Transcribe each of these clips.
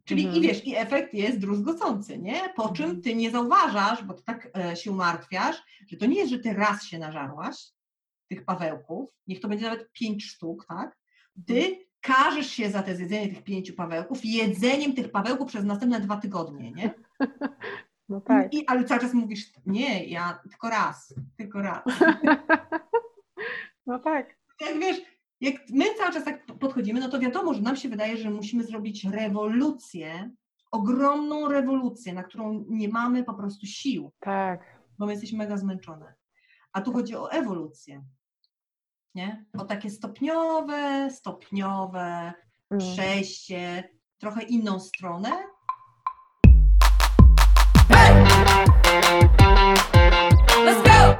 Czyli i wiesz, i efekt jest druzgocący, nie? Po czym ty nie zauważasz, bo ty tak się umartwiasz, że to nie jest, że ty raz się nażarłaś tych pawełków, niech to będzie nawet 5 sztuk, tak? Ty każesz się za te zjedzenie tych 5 pawełków jedzeniem tych pawełków przez następne 2 tygodnie, nie? No tak. Ale cały czas mówisz, nie, ja tylko raz. No tak. Jak wiesz, jak my cały czas tak podchodzimy, no to wiadomo, że nam się wydaje, że musimy zrobić rewolucję, ogromną rewolucję, na którą nie mamy po prostu sił. Tak. Bo my jesteśmy mega zmęczone. A tu chodzi o ewolucję. Nie? O takie stopniowe przejście, trochę inną stronę. Let's go!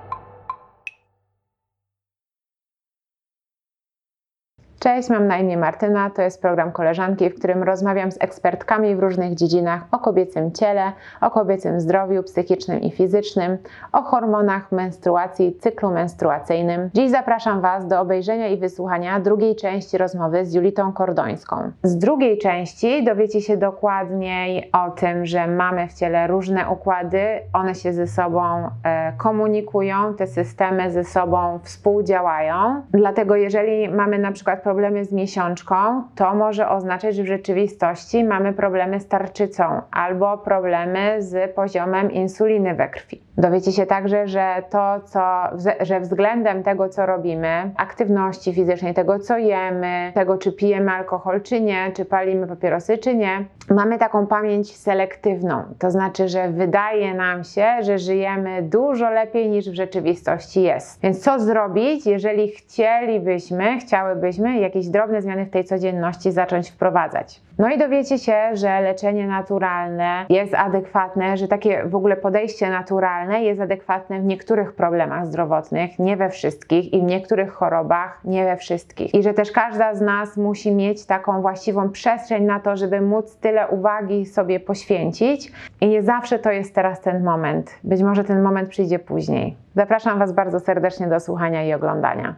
Cześć, mam na imię Martyna, to jest program Koleżanki, w którym rozmawiam z ekspertkami w różnych dziedzinach o kobiecym ciele, o kobiecym zdrowiu psychicznym i fizycznym, o hormonach, menstruacji, cyklu menstruacyjnym. Dziś zapraszam Was do obejrzenia i wysłuchania drugiej części rozmowy z Julitą Kordońską. Z drugiej części dowiecie się dokładniej o tym, że mamy w ciele różne układy, one się ze sobą komunikują, te systemy ze sobą współdziałają. Dlatego jeżeli mamy na przykład problemy z miesiączką, to może oznaczać, że w rzeczywistości mamy problemy z tarczycą albo problemy z poziomem insuliny we krwi. Dowiecie się także, że względem tego, co robimy, aktywności fizycznej, tego, co jemy, tego, czy pijemy alkohol, czy nie, czy palimy papierosy, czy nie, mamy taką pamięć selektywną. To znaczy, że wydaje nam się, że żyjemy dużo lepiej niż w rzeczywistości jest. Więc co zrobić, jeżeli chciałybyśmy jakieś drobne zmiany w tej codzienności zacząć wprowadzać? No i dowiecie się, że leczenie naturalne jest adekwatne, że takie w ogóle podejście naturalne jest adekwatne w niektórych problemach zdrowotnych, nie we wszystkich, i w niektórych chorobach, nie we wszystkich. I że też każda z nas musi mieć taką właściwą przestrzeń na to, żeby móc tyle uwagi sobie poświęcić. I nie zawsze to jest teraz ten moment. Być może ten moment przyjdzie później. Zapraszam Was bardzo serdecznie do słuchania i oglądania.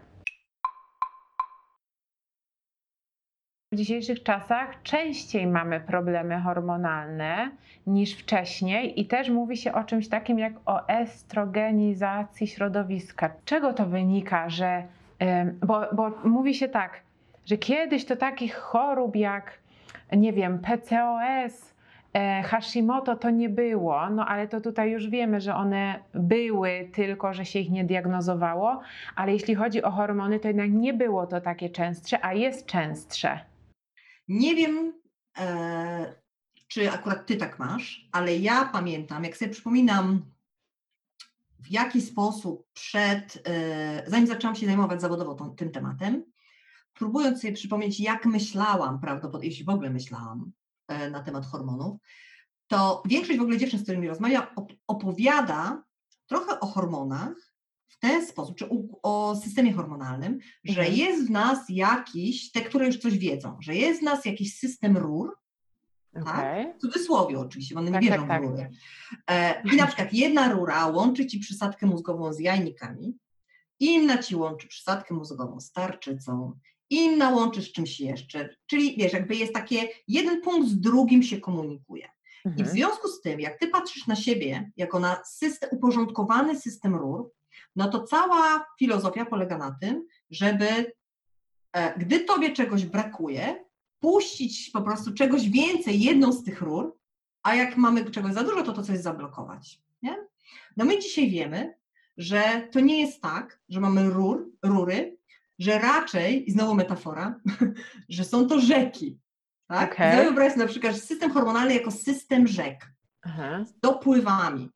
W dzisiejszych czasach częściej mamy problemy hormonalne niż wcześniej i też mówi się o czymś takim jak o estrogenizacji środowiska. Czego to wynika, że, bo mówi się tak, że kiedyś to takich chorób jak, nie wiem, PCOS, Hashimoto to nie było, no ale to tutaj już wiemy, że one były, tylko że się ich nie diagnozowało, ale jeśli chodzi o hormony, to jednak nie było to takie częstsze, a jest częstsze. Nie wiem, czy akurat ty tak masz, ale ja pamiętam, jak sobie przypominam, w jaki sposób zanim zaczęłam się zajmować zawodowo tym tematem, próbując sobie przypomnieć, jak myślałam, prawdopodobnie, jeśli w ogóle myślałam na temat hormonów, to większość w ogóle dziewczyn, z którymi rozmawiam, opowiada trochę o hormonach w ten sposób, czy o systemie hormonalnym, że jest w nas jakiś, te, które już coś wiedzą, że jest w nas jakiś system rur, tak? W cudzysłowie oczywiście, bo one nie wierzą w rury. I na przykład jedna rura łączy ci przysadkę mózgową z jajnikami, inna ci łączy przysadkę mózgową z tarczycą, inna łączy z czymś jeszcze. Czyli wiesz, jakby jest takie, jeden punkt z drugim się komunikuje. I w związku z tym, jak ty patrzysz na siebie jako na uporządkowany system rur, no to cała filozofia polega na tym, żeby gdy tobie czegoś brakuje, puścić po prostu czegoś więcej, jedną z tych rur, a jak mamy czegoś za dużo, to coś zablokować. Nie? No my dzisiaj wiemy, że to nie jest tak, że mamy rury, że raczej, i znowu metafora, że są to rzeki. Tak? Okay. Wyobraź sobie na przykład system hormonalny jako system rzek z dopływami.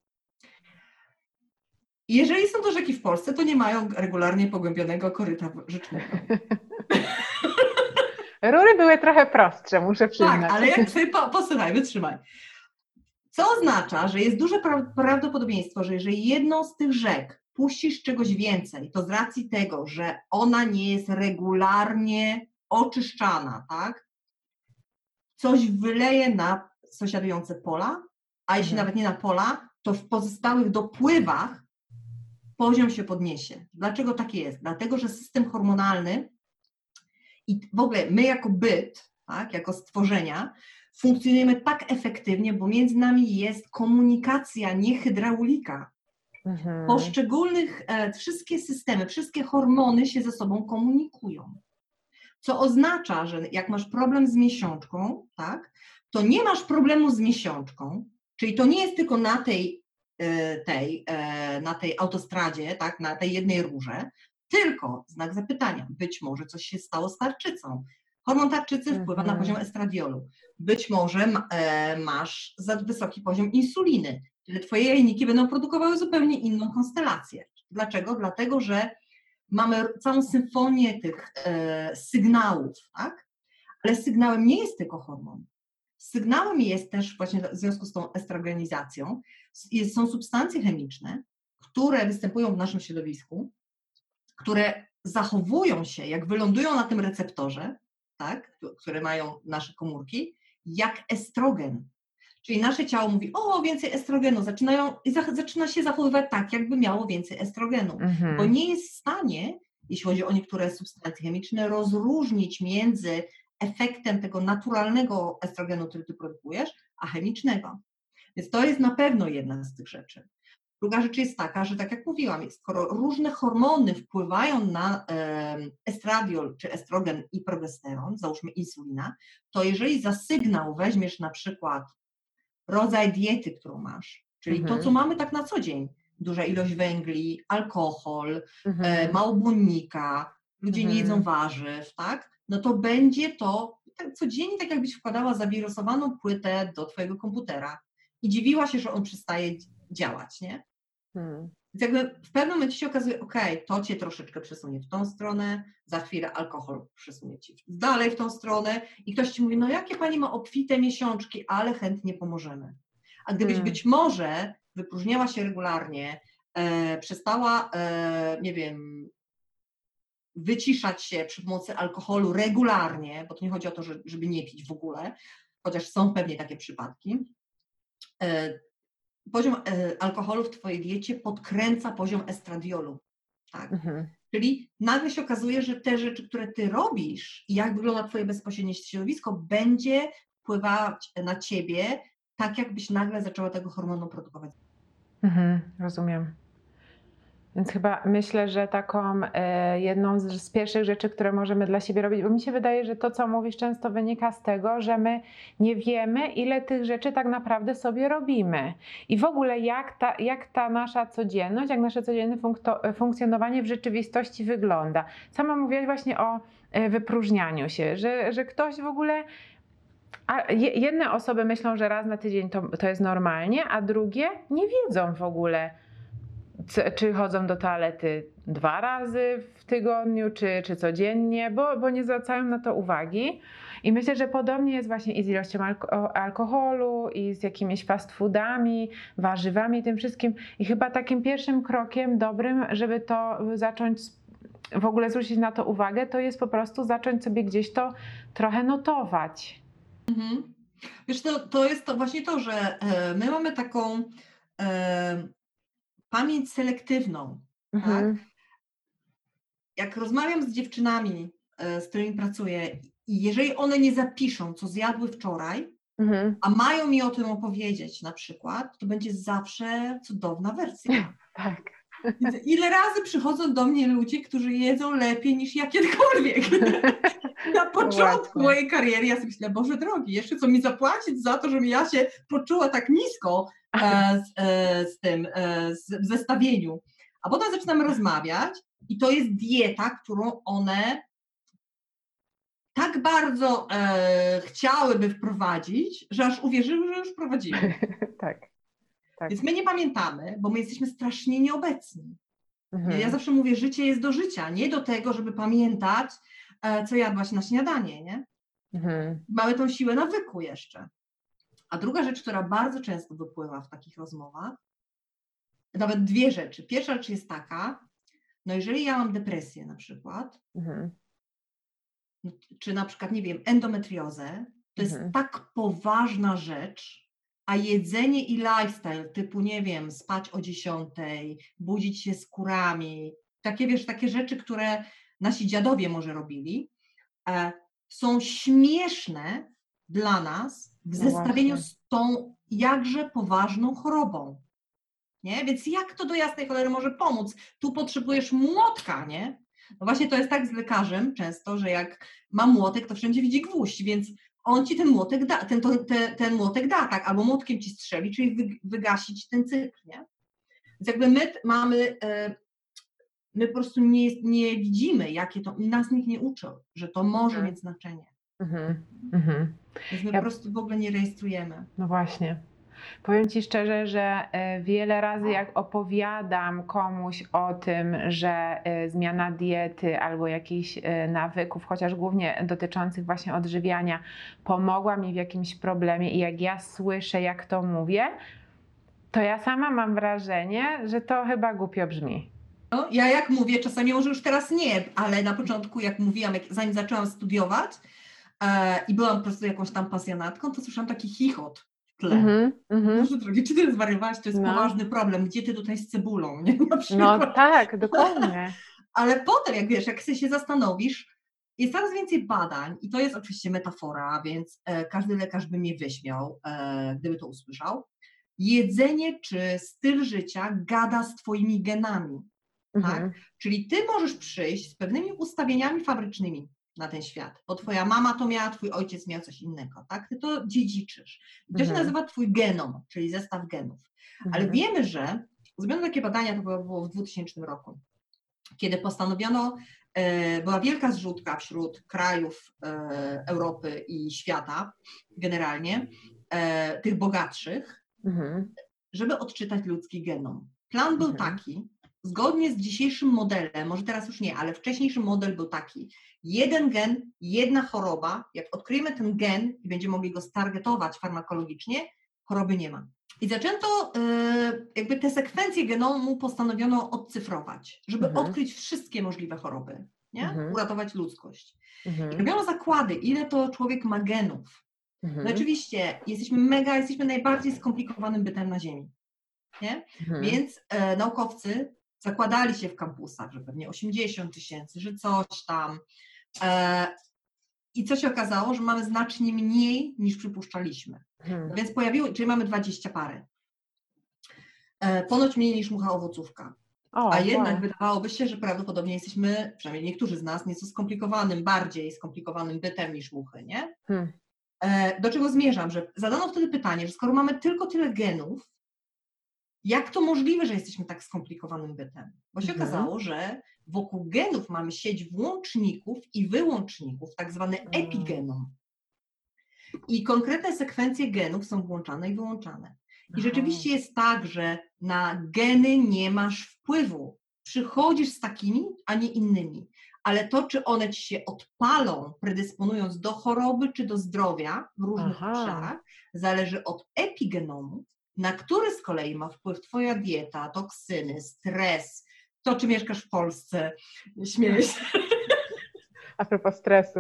Jeżeli są to rzeki w Polsce, to nie mają regularnie pogłębionego koryta rzecznego. Rury były trochę prostsze, muszę przyznać. Tak, ale jak sobie posłuchaj, wytrzymaj. Co oznacza, że jest duże prawdopodobieństwo, że jeżeli jedną z tych rzek puścisz czegoś więcej, to z racji tego, że ona nie jest regularnie oczyszczana, tak? Coś wyleje na sąsiadujące pola, a jeśli nawet nie na pola, to w pozostałych dopływach poziom się podniesie. Dlaczego tak jest? Dlatego, że system hormonalny i w ogóle my jako byt, tak, jako stworzenia, funkcjonujemy tak efektywnie, bo między nami jest komunikacja, nie hydraulika. Poszczególnych, wszystkie systemy, wszystkie hormony się ze sobą komunikują. Co oznacza, że jak masz problem z miesiączką, tak, to nie masz problemu z miesiączką, czyli to nie jest tylko na tej autostradzie, tak, na tej jednej rurze, tylko znak zapytania. Być może coś się stało z tarczycą. Hormon tarczycy wpływa na poziom estradiolu. Być może masz za wysoki poziom insuliny, czyli twoje jajniki będą produkowały zupełnie inną konstelację. Dlaczego? Dlatego, że mamy całą symfonię tych sygnałów, tak? Ale sygnałem nie jest tylko hormon. Sygnałem jest też właśnie w związku z tą estrogenizacją, są substancje chemiczne, które występują w naszym środowisku, które zachowują się, jak wylądują na tym receptorze, tak, które mają nasze komórki, jak estrogen. Czyli nasze ciało mówi, o, więcej estrogenu, zaczyna się zachowywać tak, jakby miało więcej estrogenu, bo nie jest w stanie, jeśli chodzi o niektóre substancje chemiczne, rozróżnić między efektem tego naturalnego estrogenu, który ty produkujesz, a chemicznego. Więc to jest na pewno jedna z tych rzeczy. Druga rzecz jest taka, że tak jak mówiłam, skoro różne hormony wpływają na estradiol, czy estrogen i progesteron, załóżmy insulina, to jeżeli za sygnał weźmiesz na przykład rodzaj diety, którą masz, czyli to, co mamy tak na co dzień, duża ilość węgli, alkohol, mało błonnika, ludzie nie jedzą warzyw, tak? No to będzie to tak codziennie, tak jakbyś wkładała zawirusowaną płytę do twojego komputera i dziwiła się, że on przestaje działać, nie? Więc jakby w pewnym momencie się okazuje, to cię troszeczkę przesunie w tą stronę, za chwilę alkohol przesunie cię dalej w tą stronę i ktoś ci mówi, no jakie pani ma obfite miesiączki, ale chętnie pomożemy. A gdybyś być może wypróżniała się regularnie, przestała, nie wiem, wyciszać się przy pomocy alkoholu regularnie, bo to nie chodzi o to, żeby nie pić w ogóle, chociaż są pewnie takie przypadki, poziom alkoholu w twojej diecie podkręca poziom estradiolu. Tak? Czyli nagle się okazuje, że te rzeczy, które ty robisz i jak wygląda twoje bezpośrednie środowisko, będzie wpływać na ciebie tak, jakbyś nagle zaczęła tego hormonu produkować. Rozumiem. Więc chyba myślę, że taką jedną z pierwszych rzeczy, które możemy dla siebie robić, bo mi się wydaje, że to, co mówisz, często wynika z tego, że my nie wiemy, ile tych rzeczy tak naprawdę sobie robimy. I w ogóle jak ta nasza codzienność, jak nasze codzienne funkcjonowanie w rzeczywistości wygląda. Sama mówiłaś właśnie o wypróżnianiu się, że ktoś w ogóle... A jedne osoby myślą, że raz na tydzień to jest normalnie, a drugie nie wiedzą w ogóle, czy chodzą do toalety 2 razy w tygodniu, czy codziennie, bo nie zwracają na to uwagi. I myślę, że podobnie jest właśnie i z ilością alkoholu, i z jakimiś fast foodami, warzywami, tym wszystkim. I chyba takim pierwszym krokiem dobrym, żeby to zacząć w ogóle zwrócić na to uwagę, to jest po prostu zacząć sobie gdzieś to trochę notować. Wiesz, to jest to właśnie to, że my mamy taką pamięć selektywną, tak? Jak rozmawiam z dziewczynami, z którymi pracuję i jeżeli one nie zapiszą, co zjadły wczoraj, a mają mi o tym opowiedzieć na przykład, to będzie zawsze cudowna wersja. Tak. Ile razy przychodzą do mnie ludzie, którzy jedzą lepiej niż ja kiedykolwiek. Na początku mojej kariery ja sobie myślę, Boże drogi, jeszcze co mi zapłacić za to, żebym ja się poczuła tak nisko w zestawieniu. A potem zaczynamy rozmawiać i to jest dieta, którą one tak bardzo chciałyby wprowadzić, że aż uwierzyły, że już prowadziły. Tak. Więc my nie pamiętamy, bo my jesteśmy strasznie nieobecni. Ja zawsze mówię, życie jest do życia, nie do tego, żeby pamiętać, co jadłaś na śniadanie, nie? Mamy tą siłę nawyku jeszcze. A druga rzecz, która bardzo często wypływa w takich rozmowach, nawet 2 rzeczy. Pierwsza rzecz jest taka, no jeżeli ja mam depresję na przykład, czy na przykład, nie wiem, endometriozę, to jest tak poważna rzecz, a jedzenie i lifestyle typu, nie wiem, spać o 10, budzić się z kurami, takie, wiesz, takie rzeczy, które nasi dziadowie może robili, są śmieszne dla nas, w No zestawieniu właśnie. z tą jakże poważną chorobą. Nie? Więc jak to do jasnej cholery może pomóc? Tu potrzebujesz młotka, nie? No właśnie to jest tak z lekarzem często, że jak ma młotek, to wszędzie widzi gwóźdź, więc on ci ten młotek da, ten młotek da, tak? Albo młotkiem ci strzeli, czyli wygasić ten cykl, nie? Więc jakby my po prostu nie widzimy, jakie to, nas nikt nie uczy, że to może mieć znaczenie. Więc my po Ja, prostu w ogóle nie rejestrujemy. no właśnie. Powiem Ci szczerze, że wiele razy jak opowiadam komuś o tym, że zmiana diety albo jakichś nawyków, chociaż głównie dotyczących właśnie odżywiania, pomogła mi w jakimś problemie i jak ja słyszę, jak to mówię, to ja sama mam wrażenie, że to chyba głupio brzmi. No, ja jak mówię, czasami może już teraz nie, ale na początku jak mówiłam, zanim zaczęłam studiować i byłam po prostu jakąś tam pasjonatką, to słyszałam taki chichot w tle. Boże drogi, czy ty zwariowałaś? To jest poważny problem. Gdzie ty tutaj z cebulą? Nie? Na przykład. No tak, dokładnie. Ale potem, jak wiesz, jak sobie się zastanowisz, jest coraz więcej badań i to jest oczywiście metafora, więc każdy lekarz by mnie wyśmiał, gdyby to usłyszał. Jedzenie czy styl życia gada z twoimi genami. Tak? Czyli ty możesz przyjść z pewnymi ustawieniami fabrycznymi na ten świat, bo twoja mama to miała, twój ojciec miał coś innego, tak? Ty to dziedziczysz. I to się nazywa twój genom, czyli zestaw genów. Ale wiemy, że zrobiono takie badania, to było w 2000 roku, kiedy postanowiono, była wielka zrzutka wśród krajów Europy i świata generalnie, tych bogatszych, żeby odczytać ludzki genom. Plan był taki, zgodnie z dzisiejszym modelem, może teraz już nie, ale wcześniejszy model był taki, jeden gen, jedna choroba, jak odkryjemy ten gen i będziemy mogli go stargetować farmakologicznie, choroby nie ma. I zaczęto, jakby te sekwencje genomu postanowiono odcyfrować, żeby odkryć wszystkie możliwe choroby, nie? Uratować ludzkość. I robiono zakłady, ile to człowiek ma genów. No oczywiście jesteśmy najbardziej skomplikowanym bytem na Ziemi, nie? Więc naukowcy zakładali się w kampusach, że pewnie 80 000, że coś tam. I co się okazało, że mamy znacznie mniej niż przypuszczaliśmy. No więc czyli mamy 20 parę. Ponoć mniej niż mucha owocówka. A jednak wydawałoby się, że prawdopodobnie jesteśmy, przynajmniej niektórzy z nas, nieco bardziej skomplikowanym bytem niż muchy, nie? Do czego zmierzam? Że zadano wtedy pytanie, że skoro mamy tylko tyle genów, jak to możliwe, że jesteśmy tak skomplikowanym bytem? Bo się okazało, że wokół genów mamy sieć włączników i wyłączników, tak zwany epigenom. I konkretne sekwencje genów są włączane i wyłączane. I rzeczywiście jest tak, że na geny nie masz wpływu. Przychodzisz z takimi, a nie innymi. Ale to, czy one ci się odpalą, predysponując do choroby czy do zdrowia w różnych obszarach, zależy od epigenomów, na który z kolei ma wpływ twoja dieta, toksyny, stres, to, czy mieszkasz w Polsce. Śmieję się. A propos stresu.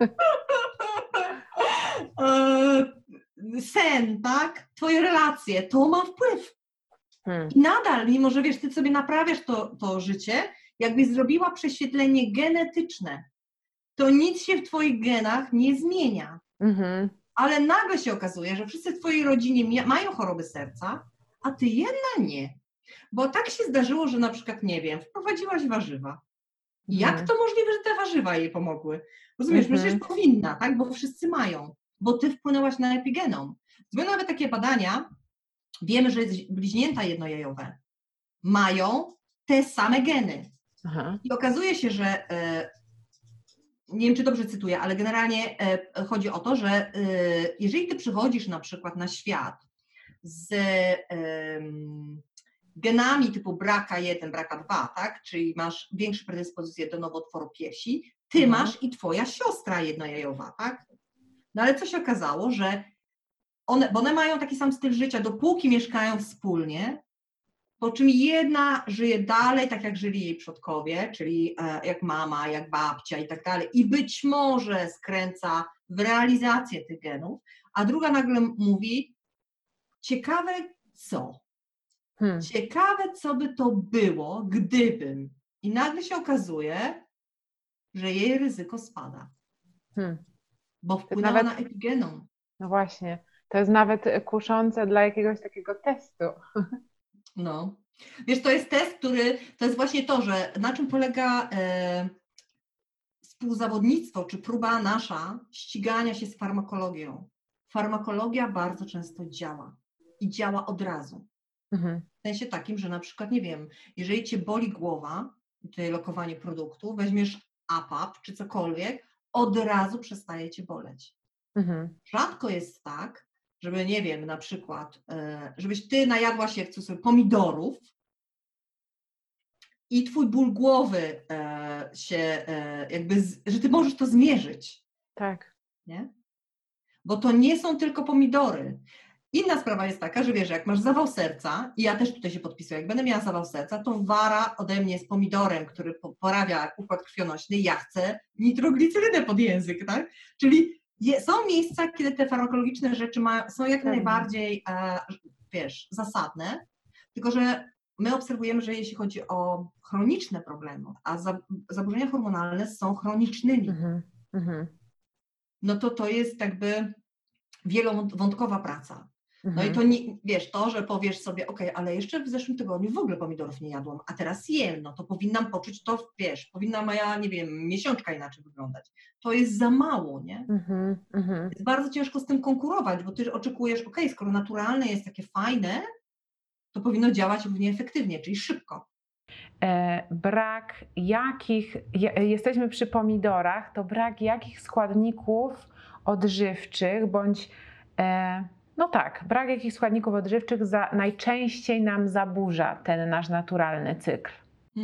Sen, tak? Twoje relacje, to ma wpływ. I nadal, mimo że wiesz, ty sobie naprawiasz to życie, jakbyś zrobiła prześwietlenie genetyczne, to nic się w twoich genach nie zmienia. Ale nagle się okazuje, że wszyscy w twojej rodzinie mają choroby serca, a ty jedna nie. Bo tak się zdarzyło, że na przykład, nie wiem, wprowadziłaś warzywa. Jak to możliwe, że te warzywa jej pomogły? Rozumiesz, przecież powinna, tak? Bo wszyscy mają. Bo ty wpłynęłaś na epigenom. Zrobiono nawet takie badania, wiemy, że bliźnięta jednojajowe mają te same geny. I okazuje się, że nie wiem, czy dobrze cytuję, ale generalnie chodzi o to, że jeżeli ty przychodzisz na przykład na świat z genami typu BRCA1, BRCA2, tak? Czyli masz większe predyspozycje do nowotworu piersi, ty masz i twoja siostra jednojajowa, tak? No ale co się okazało, że bo one mają taki sam styl życia, dopóki mieszkają wspólnie, po czym jedna żyje dalej, tak jak żyli jej przodkowie, czyli jak mama, jak babcia i tak dalej, i być może skręca w realizację tych genów, a druga nagle mówi, ciekawe co? Ciekawe, co by to było, gdybym. I nagle się okazuje, że jej ryzyko spada. Bo wpłynęła na epigenom. No właśnie. To jest nawet kuszące dla jakiegoś takiego testu. No. Wiesz, to jest test, to jest właśnie to, że na czym polega współzawodnictwo, czy próba nasza ścigania się z farmakologią. Farmakologia bardzo często działa i działa od razu. W sensie takim, że na przykład, nie wiem, jeżeli cię boli głowa, tutaj lokowanie produktu, weźmiesz APAP czy cokolwiek, od razu przestaje cię boleć. Rzadko jest tak, żeby, nie wiem, na przykład, żebyś ty najadła się, w cudzysłowie, pomidorów i twój ból głowy że ty możesz to zmierzyć. Tak. Nie? Bo to nie są tylko pomidory. Inna sprawa jest taka, że wiesz, jak masz zawał serca, i ja też tutaj się podpisuję, jak będę miała zawał serca, to wara ode mnie z pomidorem, który poprawia układ krwionośny, ja chcę nitroglicerynę pod język, tak? Czyli są miejsca, kiedy te farmakologiczne rzeczy są jak najbardziej, wiesz, zasadne, tylko że my obserwujemy, że jeśli chodzi o chroniczne problemy, a zaburzenia hormonalne są chronicznymi, no to jest jakby wielowątkowa praca. No i to nie, wiesz, to, że powiesz sobie, ale jeszcze w zeszłym tygodniu w ogóle pomidorów nie jadłam, a teraz jem, no to powinnam poczuć to, wiesz, powinna moja, nie wiem, miesiączka inaczej wyglądać. To jest za mało, nie? Jest bardzo ciężko z tym konkurować, bo ty oczekujesz, skoro naturalne jest takie fajne, to powinno działać równie efektywnie, czyli szybko. Jesteśmy przy pomidorach, to brak jakich składników odżywczych, bądź brak jakich składników odżywczych najczęściej nam zaburza ten nasz naturalny cykl.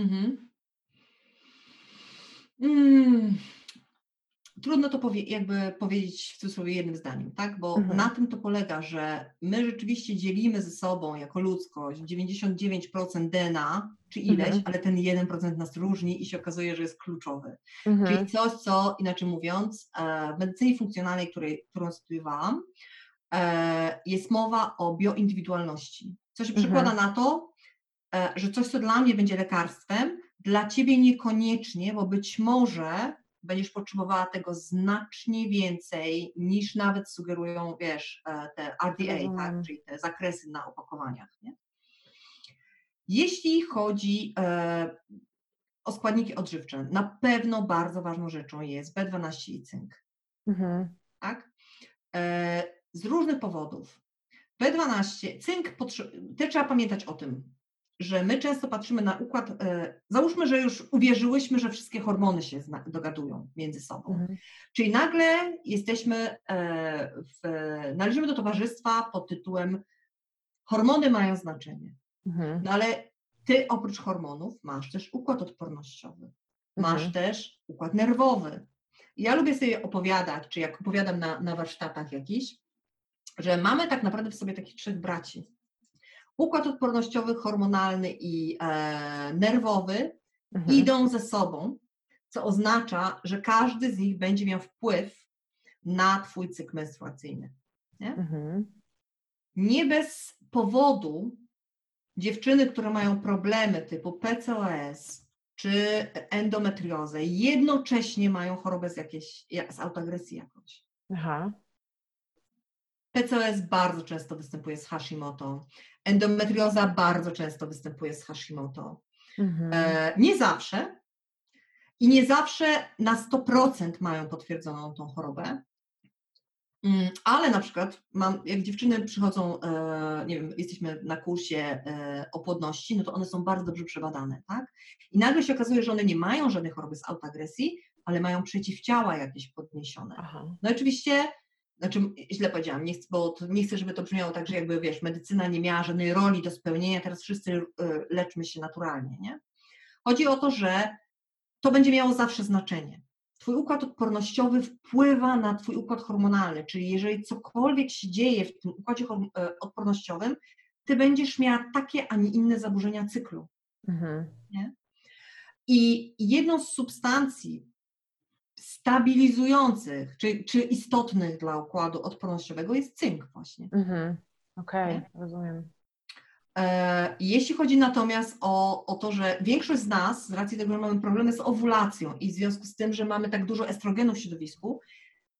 Trudno to powiedzieć w cudzysłowie jednym zdaniem, tak? Bo na tym to polega, że my rzeczywiście dzielimy ze sobą jako ludzkość 99% DNA czy ileś, ale ten 1% nas różni i się okazuje, że jest kluczowy. Czyli coś, co inaczej mówiąc, w medycynie funkcjonalnej, którą studiowałam, jest mowa o bioindywidualności. Co się przekłada na to, że coś, co dla mnie będzie lekarstwem, dla ciebie niekoniecznie, bo być może będziesz potrzebowała tego znacznie więcej niż nawet sugerują, wiesz, te RDA, tak? Czyli te zakresy na opakowaniach. Nie? Jeśli chodzi o składniki odżywcze, na pewno bardzo ważną rzeczą jest B12 i cynk. Tak? Z różnych powodów. B12, cynk, też trzeba pamiętać o tym, że my często patrzymy na układ, załóżmy, że już uwierzyłyśmy, że wszystkie hormony się dogadują między sobą. Czyli nagle należymy do towarzystwa pod tytułem hormony mają znaczenie. No ale ty oprócz hormonów masz też układ odpornościowy, masz też układ nerwowy. Ja lubię sobie opowiadać, czy jak opowiadam na warsztatach jakichś, że mamy tak naprawdę w sobie takich 3 braci. Układ odpornościowy, hormonalny i nerwowy idą ze sobą, co oznacza, że każdy z nich będzie miał wpływ na twój cykl menstruacyjny. Nie? Nie bez powodu dziewczyny, które mają problemy typu PCOS czy endometriozę, jednocześnie mają chorobę z autoagresji jakąś. PCOS bardzo często występuje z Hashimoto. Endometrioza bardzo często występuje z Hashimoto. Nie zawsze i nie zawsze na 100% mają potwierdzoną tą chorobę, ale na przykład jak dziewczyny przychodzą, nie wiem, jesteśmy na kursie o płodności, no to one są bardzo dobrze przebadane, tak? I nagle się okazuje, że one nie mają żadnej choroby z autoagresji, ale mają przeciwciała jakieś podniesione. No oczywiście, źle powiedziałam, nie chcę, żeby to brzmiało tak, że jakby, wiesz, medycyna nie miała żadnej roli do spełnienia, teraz wszyscy leczmy się naturalnie, nie? Chodzi o to, że to będzie miało zawsze znaczenie. Twój układ odpornościowy wpływa na twój układ hormonalny, czyli jeżeli cokolwiek się dzieje w tym układzie odpornościowym, ty będziesz miała takie, a nie inne zaburzenia cyklu. Nie? I jedną z substancji stabilizujących, czy istotnych dla układu odpornościowego jest cynk właśnie. Rozumiem. Jeśli chodzi natomiast o to, że większość z nas, z racji tego, że mamy problemy z owulacją i w związku z tym, że mamy tak dużo estrogenu w środowisku,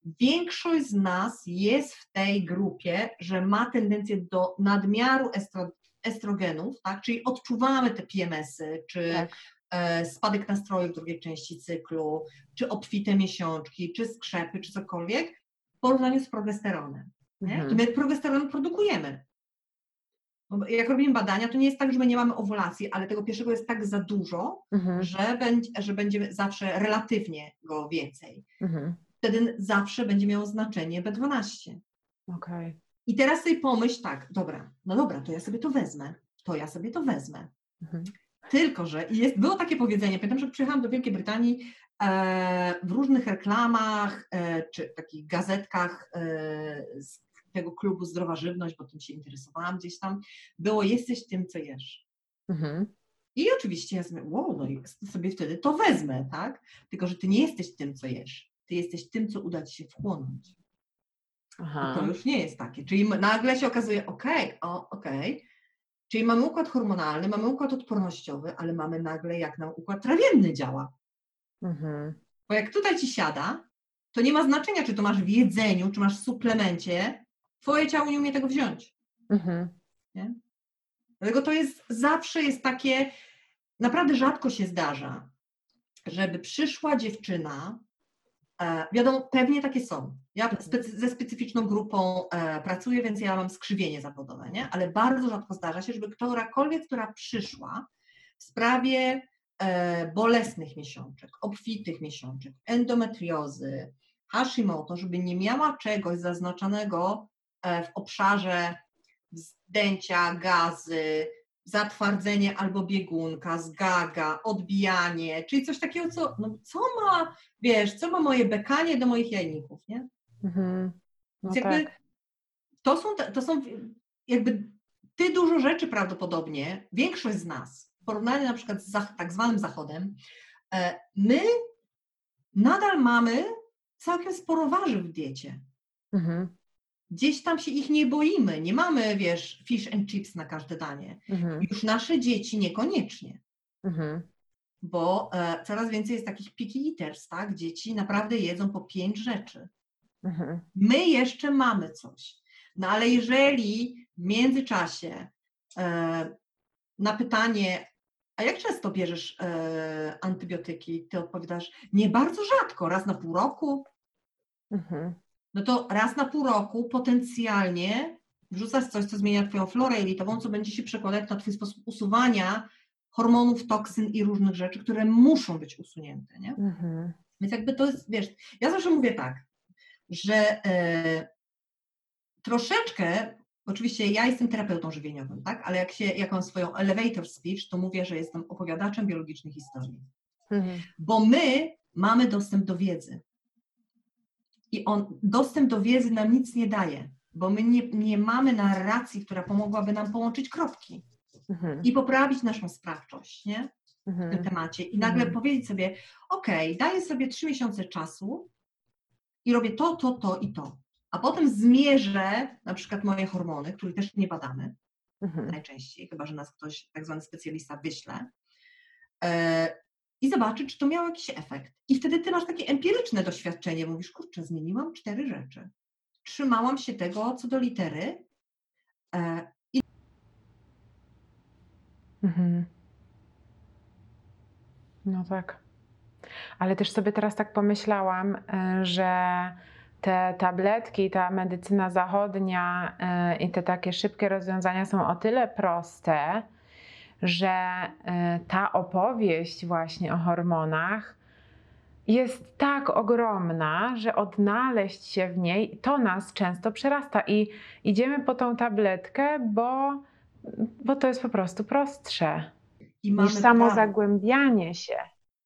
większość z nas jest w tej grupie, że ma tendencję do nadmiaru estrogenów, tak? Czyli odczuwamy te PMS-y, czy Tak. spadek nastroju w drugiej części cyklu, czy obfite miesiączki, czy skrzepy, czy cokolwiek, w porównaniu z progesteronem. Nie? To my progesteron produkujemy. Bo jak robimy badania, to nie jest tak, że my nie mamy owulacji, ale tego pierwszego jest tak za dużo, że będzie zawsze relatywnie go więcej. Wtedy zawsze będzie miało znaczenie B12. Okej. I teraz sobie pomyśl tak, no dobra, to ja sobie to wezmę. Tylko, że było takie powiedzenie, pamiętam, że przyjechałam do Wielkiej Brytanii, w różnych reklamach, czy takich gazetkach z tego klubu Zdrowa Żywność, bo tym się interesowałam gdzieś tam, było jesteś tym, co jesz. I oczywiście ja sobie, no i sobie wtedy to wezmę, tak? Tylko, że ty nie jesteś tym, co jesz. Ty jesteś tym, co uda ci się wchłonąć. I to już nie jest takie. Czyli nagle się okazuje, okej. Czyli mamy układ hormonalny, mamy układ odpornościowy, ale mamy nagle, jak nam układ trawienny działa. Bo jak tutaj ci siada, to nie ma znaczenia, czy to masz w jedzeniu, czy masz w suplemencie, twoje ciało nie umie tego wziąć. Nie? Dlatego to zawsze jest takie, naprawdę rzadko się zdarza, żeby przyszła dziewczyna, wiadomo, pewnie takie są. Ja ze specyficzną grupą pracuję, więc ja mam skrzywienie zawodowe, nie? Ale bardzo rzadko zdarza się, żeby którakolwiek, która przyszła w sprawie bolesnych miesiączek, obfitych miesiączek, endometriozy, Hashimoto, żeby nie miała czegoś zaznaczonego w obszarze wzdęcia, gazy, zatwardzenie albo biegunka, zgaga, odbijanie, czyli coś takiego, co ma moje bekanie do moich jajników, nie? No Więc jakby tak. to są jakby dużo rzeczy prawdopodobnie, większość z nas, w porównaniu na przykład z tak zwanym Zachodem, my nadal mamy całkiem sporo warzyw w diecie. Gdzieś tam się ich nie boimy, nie mamy, wiesz, fish and chips na każde danie. Już nasze dzieci niekoniecznie, bo coraz więcej jest takich picky eaters, tak? Dzieci naprawdę jedzą po 5 rzeczy. My jeszcze mamy coś. No ale jeżeli w międzyczasie na pytanie, a jak często bierzesz antybiotyki, ty odpowiadasz, nie, bardzo rzadko, raz na pół roku. No to raz na pół roku potencjalnie wrzucasz coś, co zmienia twoją florę jelitową, co będzie się przekładać na twój sposób usuwania hormonów, toksyn i różnych rzeczy, które muszą być usunięte, nie? Więc jakby to jest, wiesz, ja zawsze mówię tak, że troszeczkę, oczywiście ja jestem terapeutą żywieniowym, tak, ale jak mam swoją elevator speech, to mówię, że jestem opowiadaczem biologicznej historii. Bo my mamy dostęp do wiedzy. I dostęp do wiedzy nam nic nie daje, bo my nie mamy narracji, która pomogłaby nam połączyć kropki i poprawić naszą sprawczość, nie? W tym temacie. I nagle powiedzieć sobie, daję sobie 3 miesiące czasu i robię to i to. A potem zmierzę na przykład moje hormony, których też nie badamy najczęściej, chyba że nas ktoś, tak zwany specjalista, wyśle. I zobaczy, czy to miało jakiś efekt. I wtedy ty masz takie empiryczne doświadczenie. Mówisz, kurczę, zmieniłam 4 rzeczy. Trzymałam się tego, co do litery. No tak. Ale też sobie teraz tak pomyślałam, że te tabletki, ta medycyna zachodnia i te takie szybkie rozwiązania są o tyle proste, że ta opowieść właśnie o hormonach jest tak ogromna, że odnaleźć się w niej, to nas często przerasta i idziemy po tą tabletkę, bo to jest po prostu prostsze niż samo zagłębianie się.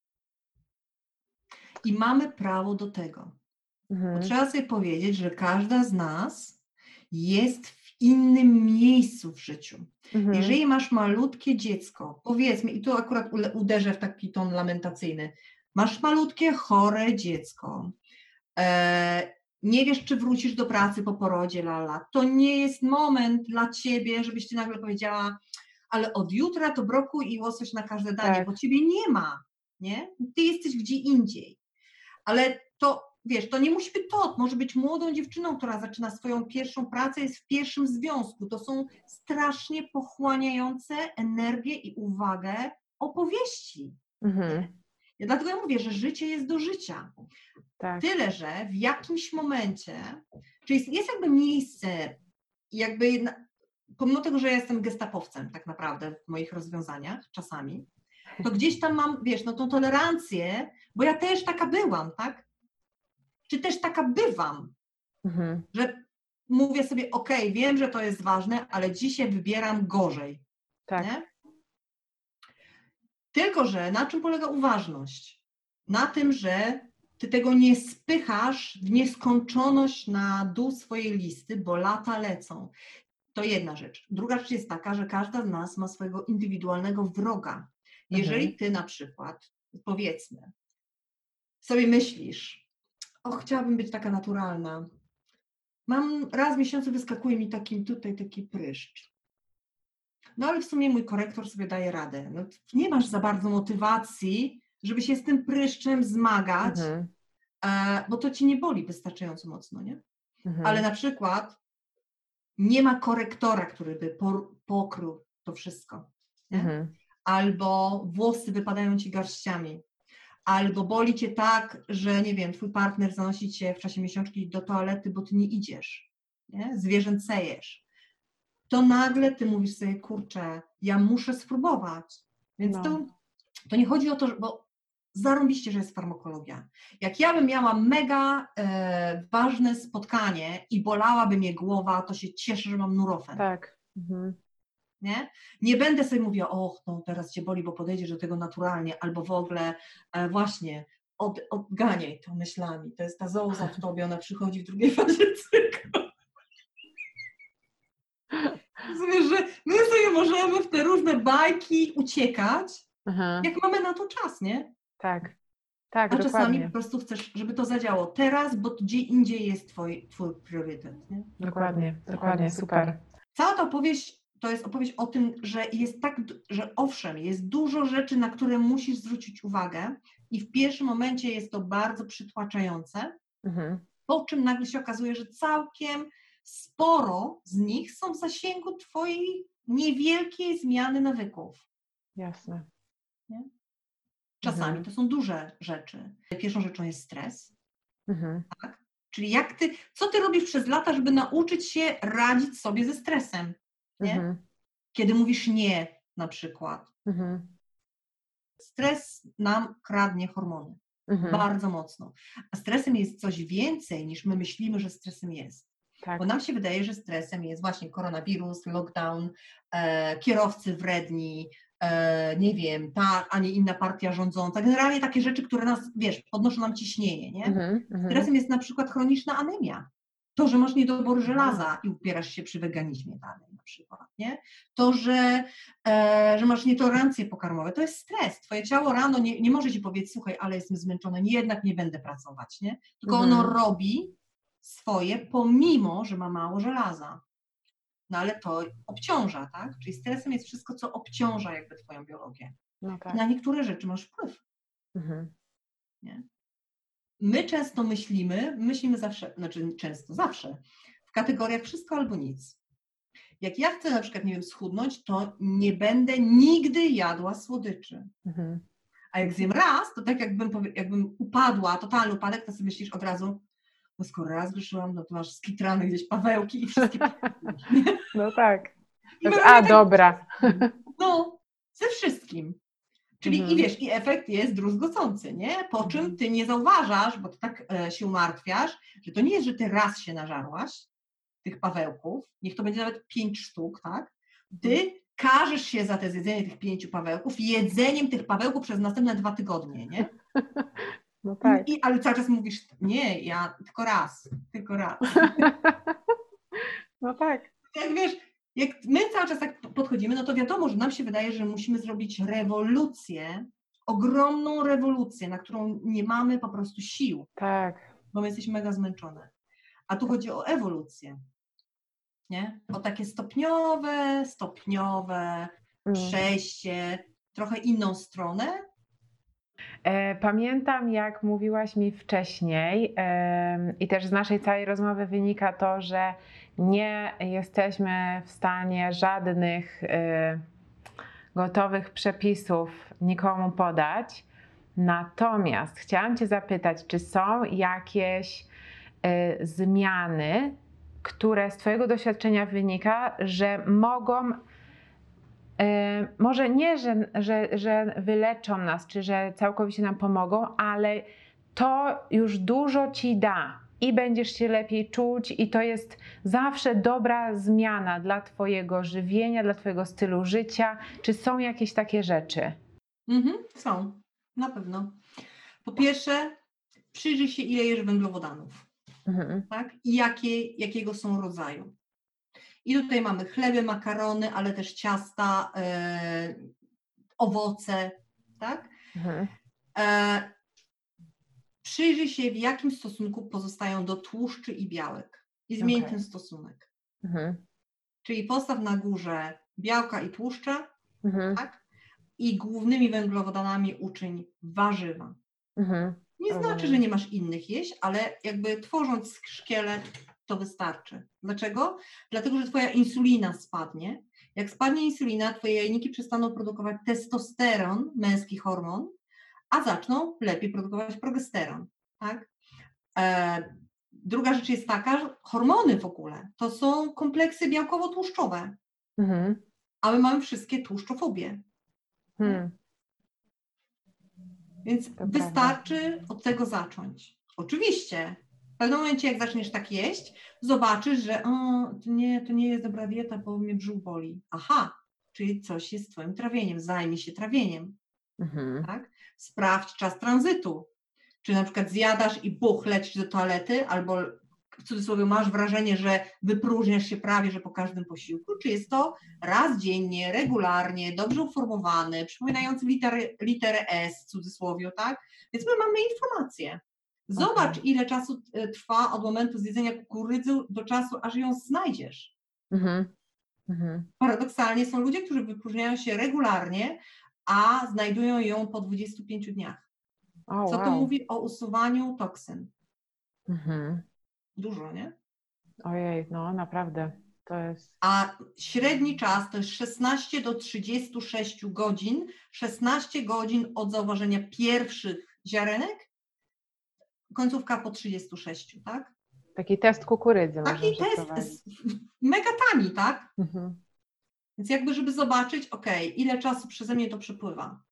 I mamy prawo do tego. Bo trzeba sobie powiedzieć, że każda z nas jest w innym miejscu w życiu. Jeżeli masz malutkie dziecko, powiedzmy, i tu akurat uderzę w taki ton lamentacyjny, masz malutkie, chore dziecko, nie wiesz, czy wrócisz do pracy po porodzie, to nie jest moment dla ciebie, żebyś ty nagle powiedziała, ale od jutra to brokuł i łosoś na każde danie, bo ciebie nie ma, nie? Ty jesteś gdzie indziej. Ale to wiesz, to nie musi być to, może być młodą dziewczyną, która zaczyna swoją pierwszą pracę, jest w pierwszym związku. To są strasznie pochłaniające energię i uwagę opowieści. Dlatego ja mówię, że życie jest do życia. Tak. Tyle, że w jakimś momencie, czyli jest jakby miejsce, pomimo tego, że ja jestem gestapowcem tak naprawdę w moich rozwiązaniach czasami, to gdzieś tam mam, wiesz, no tą tolerancję, bo ja też taka byłam, tak? Czy też taka bywam, że mówię sobie, okej, wiem, że to jest ważne, ale dzisiaj wybieram gorzej. Tak. Nie? Tylko, że na czym polega uważność? Na tym, że ty tego nie spychasz w nieskończoność na dół swojej listy, bo lata lecą. To jedna rzecz. Druga rzecz jest taka, że każda z nas ma swojego indywidualnego wroga. Jeżeli ty na przykład, powiedzmy, sobie myślisz, chciałabym być taka naturalna. Raz w miesiącu wyskakuje mi taki pryszcz. No ale w sumie mój korektor sobie daje radę. No, nie masz za bardzo motywacji, żeby się z tym pryszczem zmagać, bo to ci nie boli wystarczająco mocno, nie? Ale na przykład nie ma korektora, który by pokrył to wszystko. Nie? Albo włosy wypadają ci garściami. Albo boli cię tak, że nie wiem, twój partner zanosi cię w czasie miesiączki do toalety, bo ty nie idziesz, nie? Zwierzęcejesz. To nagle ty mówisz sobie, kurczę, ja muszę spróbować. Więc to nie chodzi o to, bo zarąbiście, że jest farmakologia. Jak ja bym miała mega ważne spotkanie i bolałaby mnie głowa, to się cieszę, że mam Nurofen. Tak. Nie będę sobie mówiła, no teraz cię boli, bo podejdziesz do tego naturalnie, albo w ogóle właśnie odganiaj to myślami. To jest ta zooza w tobie, ona przychodzi w drugiej fazie cyklu. Rozumiem, że my sobie możemy w te różne bajki uciekać, jak mamy na to czas, nie? Tak, a dokładnie. czasami po prostu chcesz, żeby to zadziałało teraz, bo gdzie indziej jest twój priorytet. Nie? Dokładnie, super. Cała ta opowieść to jest opowieść o tym, że że owszem, jest dużo rzeczy, na które musisz zwrócić uwagę i w pierwszym momencie jest to bardzo przytłaczające, po czym nagle się okazuje, że całkiem sporo z nich są w zasięgu twojej niewielkiej zmiany nawyków. Jasne. Nie? Czasami to są duże rzeczy. Pierwszą rzeczą jest stres. Tak? Czyli co ty robisz przez lata, żeby nauczyć się radzić sobie ze stresem? Nie? Kiedy mówisz nie, na przykład. Stres nam kradnie hormony. Bardzo mocno. A stresem jest coś więcej, niż my myślimy, że stresem jest. Tak. Bo nam się wydaje, że stresem jest właśnie koronawirus, lockdown, kierowcy wredni, nie wiem, ta, a nie inna partia rządząca. Generalnie takie rzeczy, które nas, wiesz, podnoszą nam ciśnienie, nie? Stresem jest na przykład chroniczna anemia. To, że masz niedobory żelaza i upierasz się przy weganizmie dalej na przykład, nie? To, że masz nietolerancje pokarmowe, to jest stres. Twoje ciało rano nie może ci powiedzieć, słuchaj, ale jestem zmęczone, jednak nie będę pracować, nie? Tylko ono robi swoje, pomimo, że ma mało żelaza. No ale to obciąża, tak? Czyli stresem jest wszystko, co obciąża jakby twoją biologię. No tak. I na niektóre rzeczy masz wpływ. Nie? My często myślimy zawsze, zawsze, w kategoriach wszystko albo nic. Jak ja chcę na przykład, nie wiem, schudnąć, to nie będę nigdy jadła słodyczy. A jak zjem raz, to tak jakbym upadła, totalny upadek, to sobie myślisz od razu, no skoro raz grzeszyłam, no to masz skitrane gdzieś Pawełki i wszystkie. No tak. Tak, dobra. No, ze wszystkim. Czyli i wiesz, i efekt jest druzgocący, nie? Po czym ty nie zauważasz, bo ty tak się umartwiasz, że to nie jest, że ty raz się nażarłaś tych Pawełków, niech to będzie nawet 5 sztuk, tak? Ty karzesz się za te zjedzenie tych 5 Pawełków jedzeniem tych Pawełków przez następne 2 tygodnie, nie? No tak. Ale cały czas mówisz, nie, ja tylko raz. No tak. Jak wiesz, jak my cały czas tak podchodzimy, no to wiadomo, że nam się wydaje, że musimy zrobić rewolucję, ogromną rewolucję, na którą nie mamy po prostu sił. Tak. Bo my jesteśmy mega zmęczone. A tu chodzi o ewolucję. Nie? O takie stopniowe przejście, trochę inną stronę, Pamiętam, jak mówiłaś mi wcześniej i też z naszej całej rozmowy wynika to, że nie jesteśmy w stanie żadnych gotowych przepisów nikomu podać. Natomiast chciałam Cię zapytać, czy są jakieś zmiany, które z Twojego doświadczenia wynika, że mogą, może nie, że wyleczą nas, czy że całkowicie nam pomogą, ale to już dużo Ci da i będziesz się lepiej czuć i to jest zawsze dobra zmiana dla Twojego żywienia, dla Twojego stylu życia. Czy są jakieś takie rzeczy? Są, na pewno. Po pierwsze, przyjrzyj się, ile jesz węglowodanów, tak? I jakiego są rodzaju. I tutaj mamy chleby, makarony, ale też ciasta, owoce, tak? Przyjrzyj się, w jakim stosunku pozostają do tłuszczy i białek i zmień ten stosunek. Czyli postaw na górze białka i tłuszcze, tak? I głównymi węglowodanami uczyń warzywa. Nie znaczy, że nie masz innych jeść, ale jakby tworząc szkielet, to wystarczy. Dlaczego? Dlatego, że twoja insulina spadnie. Jak spadnie insulina, twoje jajniki przestaną produkować testosteron, męski hormon, a zaczną lepiej produkować progesteron. Tak? Druga rzecz jest taka, że hormony w ogóle to są kompleksy białkowo-tłuszczowe, a my mamy wszystkie tłuszczofobie. Więc wystarczy od tego zacząć. Oczywiście, w pewnym momencie jak zaczniesz tak jeść, zobaczysz, że to nie jest dobra dieta, bo mnie brzuch boli. Aha, czyli coś jest z twoim trawieniem, zajmij się trawieniem. Tak? Sprawdź czas tranzytu. Czy na przykład zjadasz i lecisz do toalety, albo w cudzysłowie masz wrażenie, że wypróżniasz się prawie, że po każdym posiłku, czy jest to raz dziennie, regularnie, dobrze uformowany, przypominający literę S w cudzysłowie, tak? Więc my mamy informację. Zobacz, ile czasu trwa od momentu zjedzenia kukurydzy do czasu, aż ją znajdziesz. Paradoksalnie są ludzie, którzy wypróżniają się regularnie, a znajdują ją po 25 dniach. Co to mówi o usuwaniu toksyn? Dużo, nie? Ojej, no naprawdę. To jest... A średni czas to jest 16 do 36 godzin, 16 godzin od zauważenia pierwszych ziarenek, końcówka po 36, tak? Taki test kukurydzy. Taki test mega tani, tak? Więc jakby, żeby zobaczyć, ile czasu przeze mnie to przepływa.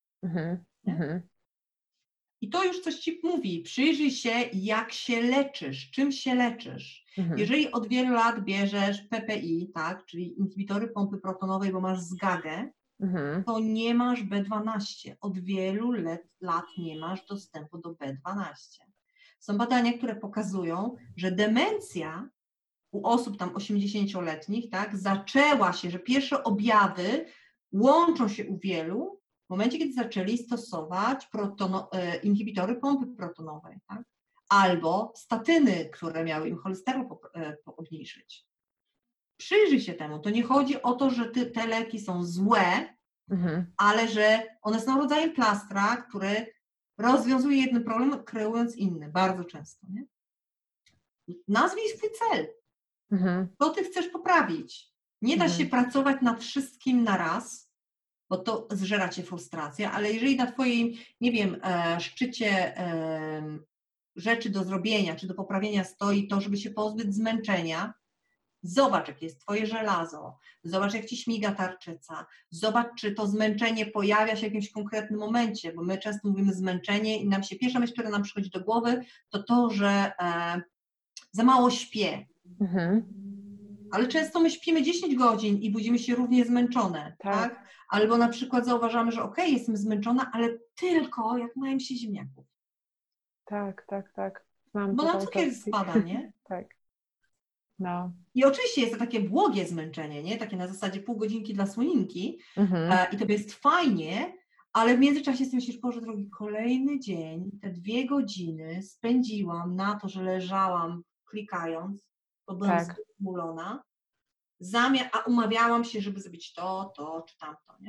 I to już coś ci mówi. Przyjrzyj się, jak się leczysz, czym się leczysz. Jeżeli od wielu lat bierzesz PPI, tak, czyli inhibitory pompy protonowej, bo masz zgagę, to nie masz B12. Od wielu lat nie masz dostępu do B12. Są badania, które pokazują, że demencja u osób tam 80-letnich, tak, zaczęła się, że pierwsze objawy łączą się u wielu w momencie, kiedy zaczęli stosować inhibitory pompy protonowej, tak? Albo statyny, które miały im cholesterol obniżyć. Przyjrzyj się temu. To nie chodzi o to, że te leki są złe, ale że one są rodzajem plastra, który rozwiązuje jeden problem, kreując inny, bardzo często. Nie? Nazwij swój cel. Co ty chcesz poprawić? Nie da się pracować nad wszystkim na raz, bo to zżera cię frustracja, ale jeżeli na twoim, nie wiem, szczycie rzeczy do zrobienia, czy do poprawienia stoi to, żeby się pozbyć zmęczenia, zobacz, jakie jest twoje żelazo, zobacz, jak ci śmiga tarczyca, zobacz, czy to zmęczenie pojawia się w jakimś konkretnym momencie, bo my często mówimy zmęczenie i nam się pierwsza myśl, która nam przychodzi do głowy, to, że za mało śpię. Ale często my śpimy 10 godzin i budzimy się równie zmęczone, tak? Albo na przykład zauważamy, że jestem zmęczona, ale tylko jak najem się ziemniaków. Tak. Bo nam cukier spada, nie? Tak. No. I oczywiście jest to takie błogie zmęczenie, nie? Takie na zasadzie pół godzinki dla słoninki i to jest fajnie, ale w międzyczasie sobie myślisz, Boże drogi, kolejny dzień, te 2 godziny spędziłam na to, że leżałam klikając, bo byłam zmulona, a umawiałam się, żeby zrobić to czy tamto, nie?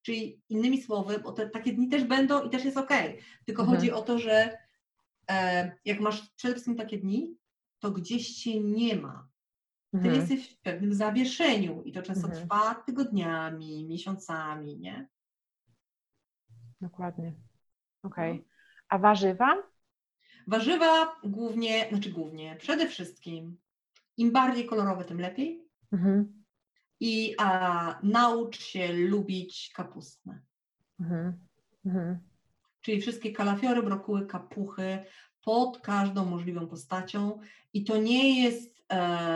Czyli innymi słowy, bo takie dni też będą i też jest okej. Tylko Mhm. chodzi o to, że jak masz przede wszystkim takie dni, to gdzieś cię nie ma. Ty Mhm. jesteś w pewnym zawieszeniu i to często Mhm. trwa tygodniami, miesiącami, nie? Dokładnie. No. Okej. A warzywa? Warzywa głównie, przede wszystkim im bardziej kolorowe, tym lepiej. Mhm. I naucz się lubić kapustne. Mhm. Mhm. Czyli wszystkie kalafiory, brokuły, kapuchy pod każdą możliwą postacią. I to nie jest...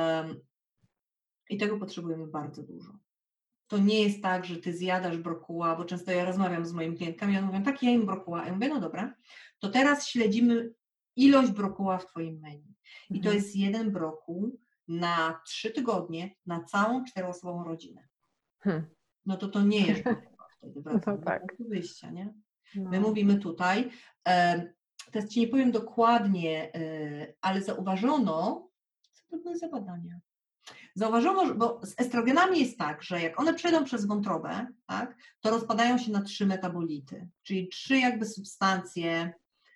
I tego potrzebujemy bardzo dużo. To nie jest tak, że ty zjadasz brokuła, bo często ja rozmawiam z moimi klientkami i one mówią, tak, ja jem brokuła. Ja mówię, no dobra, to teraz śledzimy ilość brokuła w twoim menu. I to Mhm. jest 1 brokuł na 3 tygodnie na całą 4-osobową rodzinę. No to nie jest brokuła wtedy, wracamy No do tak. punktu wyjścia, nie? No. My mówimy tutaj, teraz ci nie powiem dokładnie, ale zauważono, co to były za badania? Zauważono, bo z estrogenami jest tak, że jak one przejdą przez wątrobę, tak, to rozpadają się na 3 metabolity, czyli 3 jakby substancje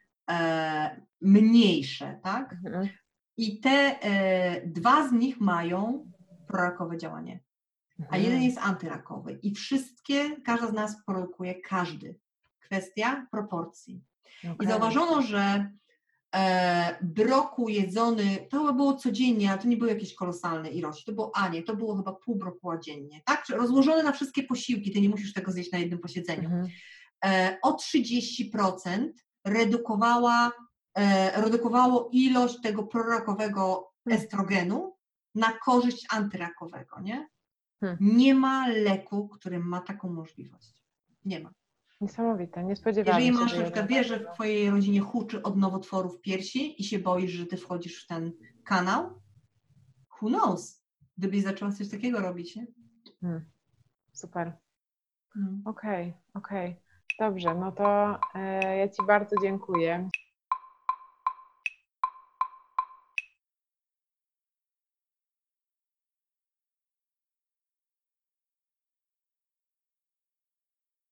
mniejsze, tak? Mhm. I te 2 z nich mają prorakowe działanie, a 1 jest antyrakowy. I każda z nas produkuje każdy. Kwestia proporcji. I Okej. zauważono, że brokuł jedzony, to było codziennie, ale to nie były jakieś kolosalne ilości, to było chyba pół brokuła dziennie, tak? Rozłożone na wszystkie posiłki, ty nie musisz tego zjeść na jednym posiedzeniu. Mhm. O 30% redukowało ilość tego prorakowego estrogenu na korzyść antyrakowego, nie? Nie ma leku, który ma taką możliwość. Nie ma. Niesamowite, nie spodziewałam Jeżeli się, masz że na przykład, wiesz, że w twojej rodzinie huczy od nowotworów piersi i się boisz, że ty wchodzisz w ten kanał, who knows, gdybyś zaczęła coś takiego robić, nie? Super. Hmm. Okej. Dobrze, no to ja ci bardzo dziękuję.